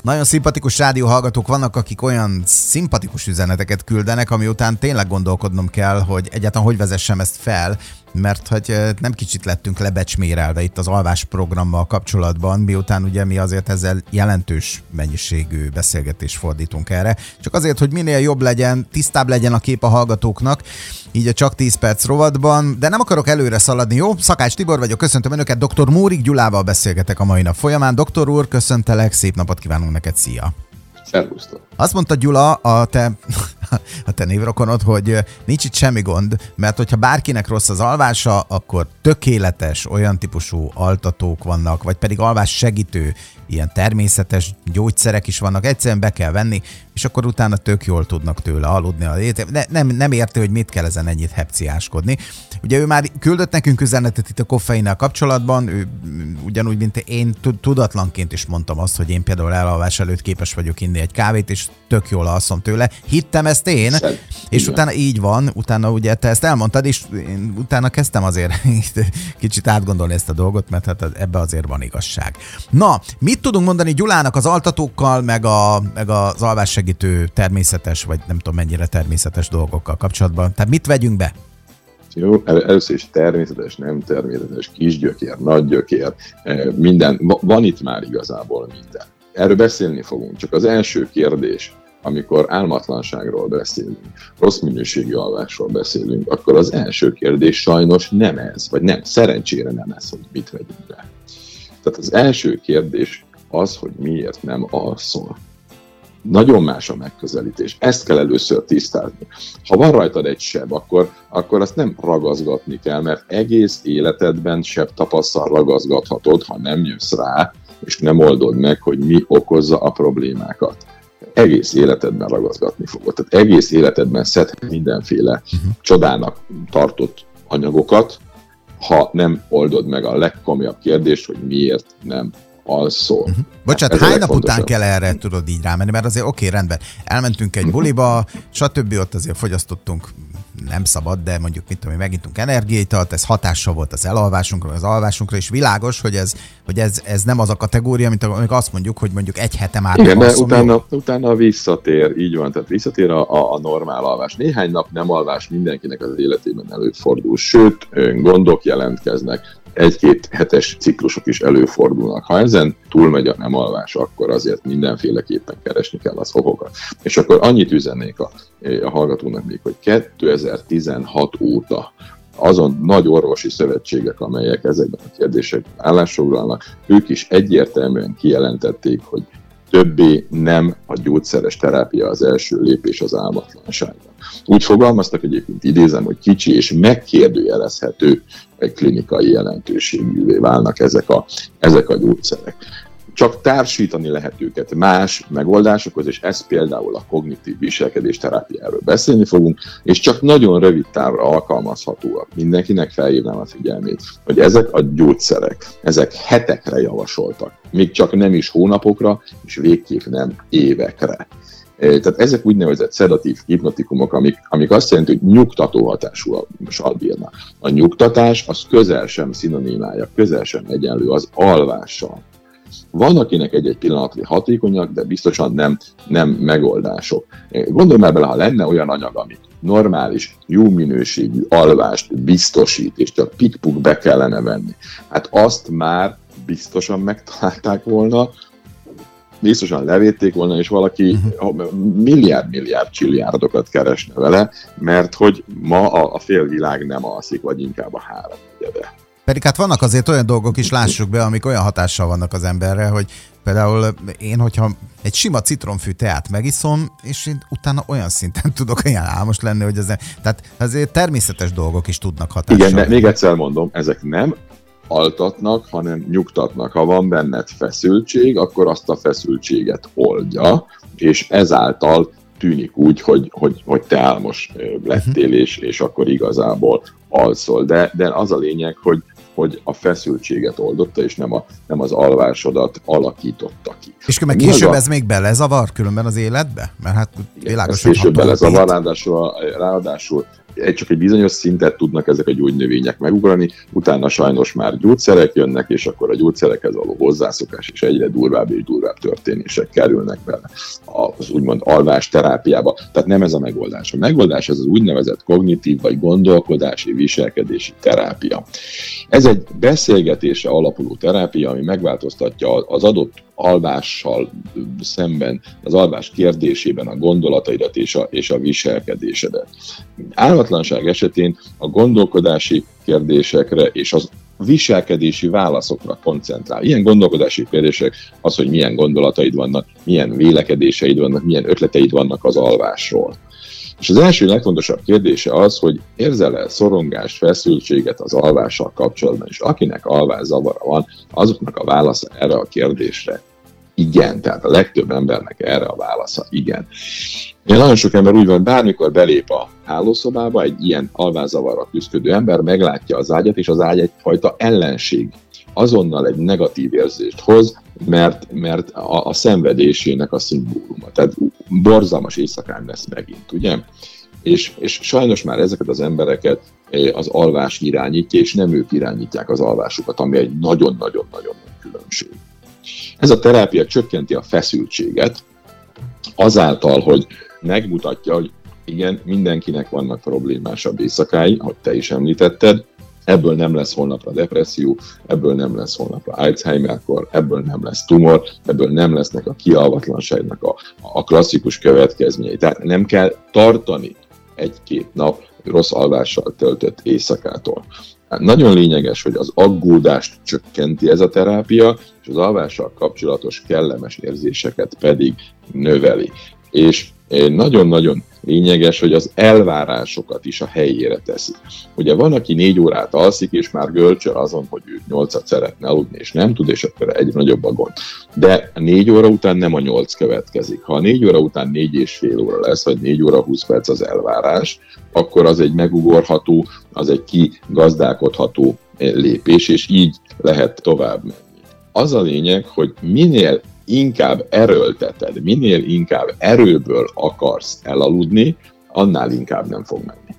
Nagyon szimpatikus rádióhallgatók vannak, akik olyan szimpatikus üzeneteket küldenek, ami után tényleg gondolkodnom kell, hogy egyáltalán hogy vezessem ezt fel, mert hogy nem kicsit lettünk lebecsmérelve itt az alvás programmal kapcsolatban, miután ugye mi azért ezzel jelentős mennyiségű beszélgetést fordítunk erre. Csak azért, hogy minél jobb legyen, tisztább legyen a kép a hallgatóknak, így a Csak 10 perc rovatban, de nem akarok előre szaladni, jó? Szakács Tibor vagyok, köszöntöm Önöket, dr. Mórik Gyulával beszélgetek a mai nap folyamán. Doktor úr, köszöntelek, szép napot kívánunk neked, szia! Szervusztok! Azt mondta Gyula, a te névrokonod, hogy nincs itt semmi gond, mert hogyha bárkinek rossz az alvása, akkor tökéletes olyan típusú altatók vannak, vagy pedig alvás segítő, ilyen természetes gyógyszerek is vannak, egyszerűen be kell venni, és akkor utána tök jól tudnak tőle aludni. Nem érti, hogy mit kell ezen ennyit hepciáskodni. Ugye ő már küldött nekünk üzenetet itt a koffeinnel kapcsolatban, ő ugyanúgy, mint én tudatlanként is mondtam azt, hogy én például elalvás előtt képes vagyok inni egy kávét, és tök jól alszom tőle. Hittem ezt én, és utána így van, utána ugye te ezt elmondtad, és én utána kezdtem azért kicsit átgondolni ezt a dolgot, mert hát ebbe azért van igazság. Na, mit tudunk mondani Gyulának az altatókkal, meg az alvássegítő természetes, vagy nem tudom mennyire természetes dolgokkal kapcsolatban? Tehát mit vegyünk be? Jó, először is természetes, nem természetes, kisgyökér, nagygyökér, minden, van itt már igazából minden. Erről beszélni fogunk, csak az első kérdés, amikor álmatlanságról beszélünk, rossz minőségű alvásról beszélünk, akkor az első kérdés sajnos nem ez, vagy nem, szerencsére nem ez, hogy mit vegyünk be. Tehát az első kérdés az, hogy miért nem alszol. Nagyon más a megközelítés. Ezt kell először tisztázni. Ha van rajtad egy seb, akkor azt nem ragaszgatni kell, mert egész életedben seb tapasztal ragaszgathatod, ha nem jössz rá, és nem oldod meg, hogy mi okozza a problémákat. Egész életedben ragaszgatni fogod. Tehát egész életedben szedhet mindenféle csodának tartott anyagokat, ha nem oldod meg a legkomolyabb kérdést, hogy miért nem alszol. Bocsánat, hány nap után kell erre tudod így rámenni? Mert azért oké, rendben, elmentünk egy buliba, stb. Ott azért fogyasztottunk, nem szabad, de mondjuk mit tudom én, megintunk energiaitalt, ez hatással volt az elalvásunkra, az alvásunkra, és világos, hogy ez nem az a kategória, mint amikor azt mondjuk, hogy mondjuk egy hete már nem alszom. De utána visszatér, így van, tehát visszatér a normál alvás. Néhány nap nem alvás mindenkinek az életében előfordul, sőt, gondok jelentkeznek, egy-két hetes ciklusok is előfordulnak. Ha ezen túlmegy a nem alvás, akkor azért mindenféleképpen keresni kell az okokat. És akkor annyit üzennék a hallgatónak még, hogy 2016 óta azon nagy orvosi szövetségek, amelyek ezekben a kérdésekben állásfoglalnak, ők is egyértelműen kijelentették, hogy többé nem a gyógyszeres terápia az első lépés az álmatlanságra. Úgy fogalmaztak, egyébként idézem, hogy kicsi és megkérdőjelezhető klinikai jelentőségűvé válnak ezek a gyógyszerek. Csak társítani lehet őket más megoldásokhoz, és ez például a kognitív viselkedés terápiáról beszélni fogunk, és csak nagyon rövid távra alkalmazhatóak. Mindenkinek felhívnám a figyelmét, hogy ezek a gyógyszerek, ezek hetekre javasoltak, még csak nem is hónapokra, és végképp nem évekre. Tehát ezek úgynevezett szedatív hipnotikumok, amik azt jelenti, hogy nyugtató hatásúval bírnak. A nyugtatás az közel sem szinonimája, közel sem egyenlő az alvással. Van, akinek egy-egy pillanatra hatékonyak, de biztosan nem megoldások. Gondolj már bele, ha lenne olyan anyag, ami normális, jó minőségű alvást biztosít, és csak pikpuk be kellene venni. Hát azt már biztosan megtalálták volna, biztosan levédték volna, és valaki milliárd csilliárdokat keresne vele, mert hogy ma a félvilág nem alszik, vagy inkább a 3/4. Pedig hát vannak azért olyan dolgok is, lássuk be, amik olyan hatással vannak az emberre, hogy például én, hogyha egy sima citromfű teát megiszom, és én utána olyan szinten tudok olyan álmos lenni, hogy tehát azért természetes dolgok is tudnak hatással. Igen, de még egyszer mondom, ezek nem altatnak, hanem nyugtatnak. Ha van benned feszültség, akkor azt a feszültséget oldja, és ezáltal tűnik úgy, hogy te álmos lettél, és akkor igazából alszol. De az a lényeg, hogy a feszültséget oldotta, és nem az alvásodat alakította ki. És meg később ez még belezavar különben az életbe? Mert hát világos, hogy később belezavar, ráadásul csak egy bizonyos szintet tudnak ezek a gyógynövények megugrani, utána sajnos már gyógyszerek jönnek, és akkor a gyógyszerekhez való hozzászokás is egyre durvább és durvább történések kerülnek bele az úgymond alvás terápiába. Tehát nem ez a megoldás. A megoldás ez az úgynevezett kognitív vagy gondolkodási, viselkedési terápia. Ez egy beszélgetésre alapuló terápia, ami megváltoztatja az adott alvással szemben, az alvás kérdésében a gondolataidat és a viselkedésedet. Álmatlanság esetén a gondolkodási kérdésekre és az viselkedési válaszokra koncentrál. Ilyen gondolkodási kérdések az, hogy milyen gondolataid vannak, milyen vélekedéseid vannak, milyen ötleteid vannak az alvásról. És az első legfontosabb kérdése az, hogy érzel-e szorongást, feszültséget az alvással kapcsolatban, és akinek alvászavara van, azoknak a válasza erre a kérdésre igen, tehát a legtöbb embernek erre a válasza igen. Nagyon sok ember úgy van, bármikor belép a hálószobába, egy ilyen alvászavarral küzdő ember meglátja az ágyat, és az ágy egyfajta ellenség. Azonnal egy negatív érzést hoz, mert a szenvedésének a szimbóluma. Tehát borzalmas éjszakán lesz megint, ugye? És sajnos már ezeket az embereket az alvás irányítja, és nem ők irányítják az alvásukat, ami egy nagyon-nagyon-nagyon különbség. Ez a terápia csökkenti a feszültséget azáltal, hogy megmutatja, hogy igen, mindenkinek vannak problémásabb éjszakái, ahogy te is említetted, ebből nem lesz holnapra depresszió, ebből nem lesz holnapra Alzheimer-kor, ebből nem lesz tumor, ebből nem lesznek a kialvatlanságnak a klasszikus következményei. Tehát nem kell tartani egy-két nap rossz alvással töltött éjszakától. Nagyon lényeges, hogy az aggódást csökkenti ez a terápia, és az alvással kapcsolatos kellemes érzéseket pedig növeli. És nagyon-nagyon lényeges, hogy az elvárásokat is a helyére teszi. Ugye van, aki 4 órát alszik, és már gölcsöl azon, hogy ő 8-at szeretne aludni, és nem tud, és akkor egyre nagyobb a gond. De a 4 óra után nem a 8 következik. Ha a 4 óra után 4,5 óra lesz, vagy 4 óra 20 perc az elvárás, akkor az egy megugorható, az egy kigazdálkodható lépés, és így lehet tovább menni. Az a lényeg, hogy minél inkább erőlteted, minél inkább erőből akarsz elaludni, annál inkább nem fog menni.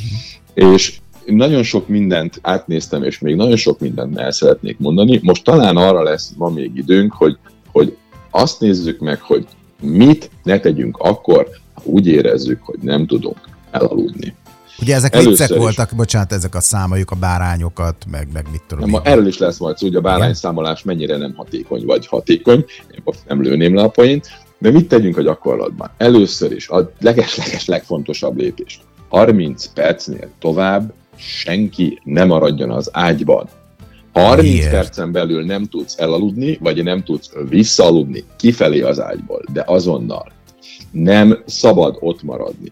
És nagyon sok mindent átnéztem, és még nagyon sok mindent el szeretnék mondani. Most talán arra lesz ma még időnk, hogy azt nézzük meg, hogy mit ne tegyünk akkor, ha úgy érezzük, hogy nem tudunk elaludni. Ugye ezek viccek voltak, bocsánat, ezek a számolyuk, a bárányokat, meg mit tudom. Nem, erről is lesz majd szó, hogy a bárányszámolás mennyire nem hatékony, vagy hatékony. Én most nem lőném le a poént. De mit tegyünk a gyakorlatban? Először is a legfontosabb lépés. 30 percnél tovább senki nem maradjon az ágyban. 30 percen belül nem tudsz elaludni, vagy nem tudsz visszaaludni kifelé az ágyból, de azonnal. Nem szabad ott maradni.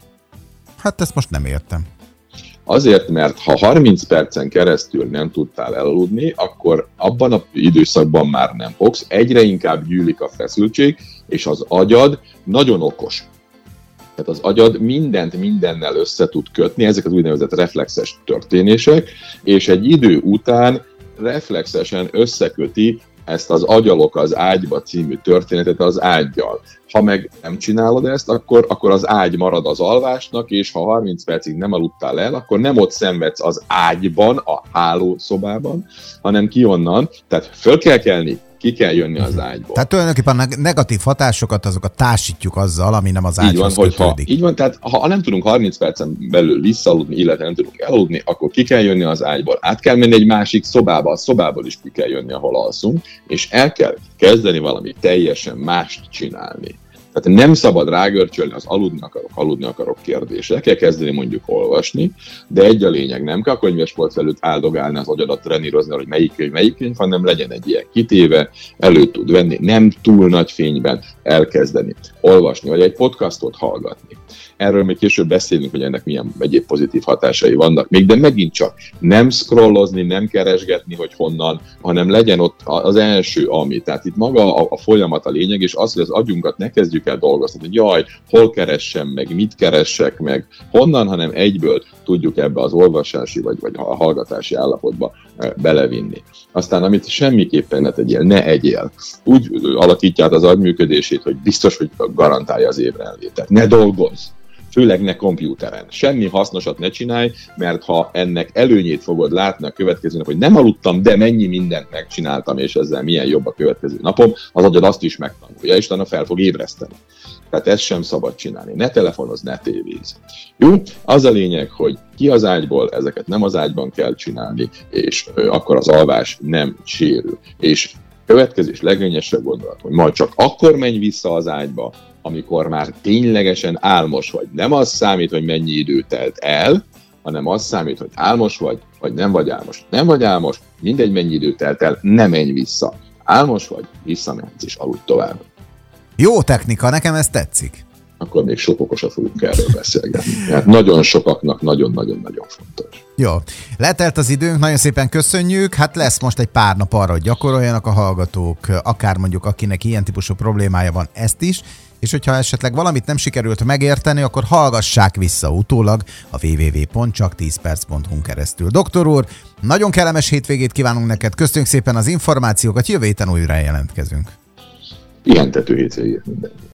Hát ezt most nem értem. Azért, mert ha 30 percen keresztül nem tudtál elaludni, akkor abban az időszakban már nem fogsz, egyre inkább gyűlik a feszültség, és az agyad nagyon okos. Tehát az agyad mindent mindennel össze tud kötni, ezek az úgynevezett reflexes történések, és egy idő után reflexesen összeköti ezt az Agyalok az ágyba című történetet az ággyal. Ha meg nem csinálod ezt, akkor az ágy marad az alvásnak, és ha 30 percig nem aludtál el, akkor nem ott szenvedsz az ágyban, a hálószobában, hanem ki onnan, tehát föl kell kelni, ki kell jönni az ágyból. Tehát tulajdonképpen a negatív hatásokat azokat társítjuk azzal, ami nem az ágyhoz kötődik. Így van, tehát ha nem tudunk 30 percen belül visszaaludni, illetve nem tudunk elaludni, akkor ki kell jönni az ágyból. Át kell menni egy másik szobába, a szobából is ki kell jönni, ahol alszunk, és el kell kezdeni valami teljesen mást csinálni. Tehát nem szabad rágörcsölni az aludni akarok kérdésre. El kell kezdeni mondjuk olvasni, de egy a lényeg, nem kell a könyvespolc előtt áldogálni az agyadat, trenírozni, hogy melyik könyv, hanem legyen egy ilyen kitéve, elő tud venni, nem túl nagy fényben elkezdeni olvasni, vagy egy podcastot hallgatni. Erről még később beszélünk, hogy ennek milyen egyéb pozitív hatásai vannak még, de megint csak nem scrollozni, nem keresgetni, hogy honnan, hanem legyen ott az első ami. Tehát itt maga a folyamat a lényeg, és az, hogy az agyunkat ne kezdjük el dolgozni, hogy jaj, hol keressem meg, mit keressek meg, honnan, hanem egyből tudjuk ebbe az olvasási vagy a hallgatási állapotba belevinni. Aztán, amit semmiképpen ne tegyél, ne egyél. Úgy alakítja át az agyműködését, hogy biztos, hogy garantálja az ébrenlétet. Ne dolgozz! Főleg ne kompjúteren. Semmi hasznosat ne csinálj, mert ha ennek előnyét fogod látni a következőnek, hogy nem aludtam, de mennyi mindent megcsináltam, és ezzel milyen jobb a következő napom, az agyad azt is megtanulja, és utána fel fog ébreszteni. Tehát ezt sem szabad csinálni. Ne telefonozz, ne tévézz. Jó? Az a lényeg, hogy ki az ágyból, ezeket nem az ágyban kell csinálni, és akkor az alvás nem sérül. És következő és leglényesebb gondolat, hogy majd csak akkor menj vissza az ágyba, amikor már ténylegesen álmos vagy. Nem az számít, hogy mennyi idő telt el, hanem az számít, hogy álmos vagy nem vagy álmos. Nem vagy álmos, mindegy mennyi idő telt el, ne menj vissza. Álmos vagy, visszamehetsz és aludj tovább. Jó technika, nekem ez tetszik. Akkor még sok okosat fogunk erről beszélgetni. Hát nagyon sokaknak nagyon-nagyon-nagyon fontos. Jó, letelt az időnk, nagyon szépen köszönjük. Hát lesz most egy pár nap arra, hogy gyakoroljanak a hallgatók, akár mondjuk akinek ilyen típusú problémája van, ezt is. És hogyha esetleg valamit nem sikerült megérteni, akkor hallgassák vissza utólag a www.csak10perc.hu keresztül. Doktor úr, nagyon kellemes hétvégét kívánunk neked, köszönjük szépen az információkat, jövő héten újra jelentkezünk. Pihentető hétvégét mindenki.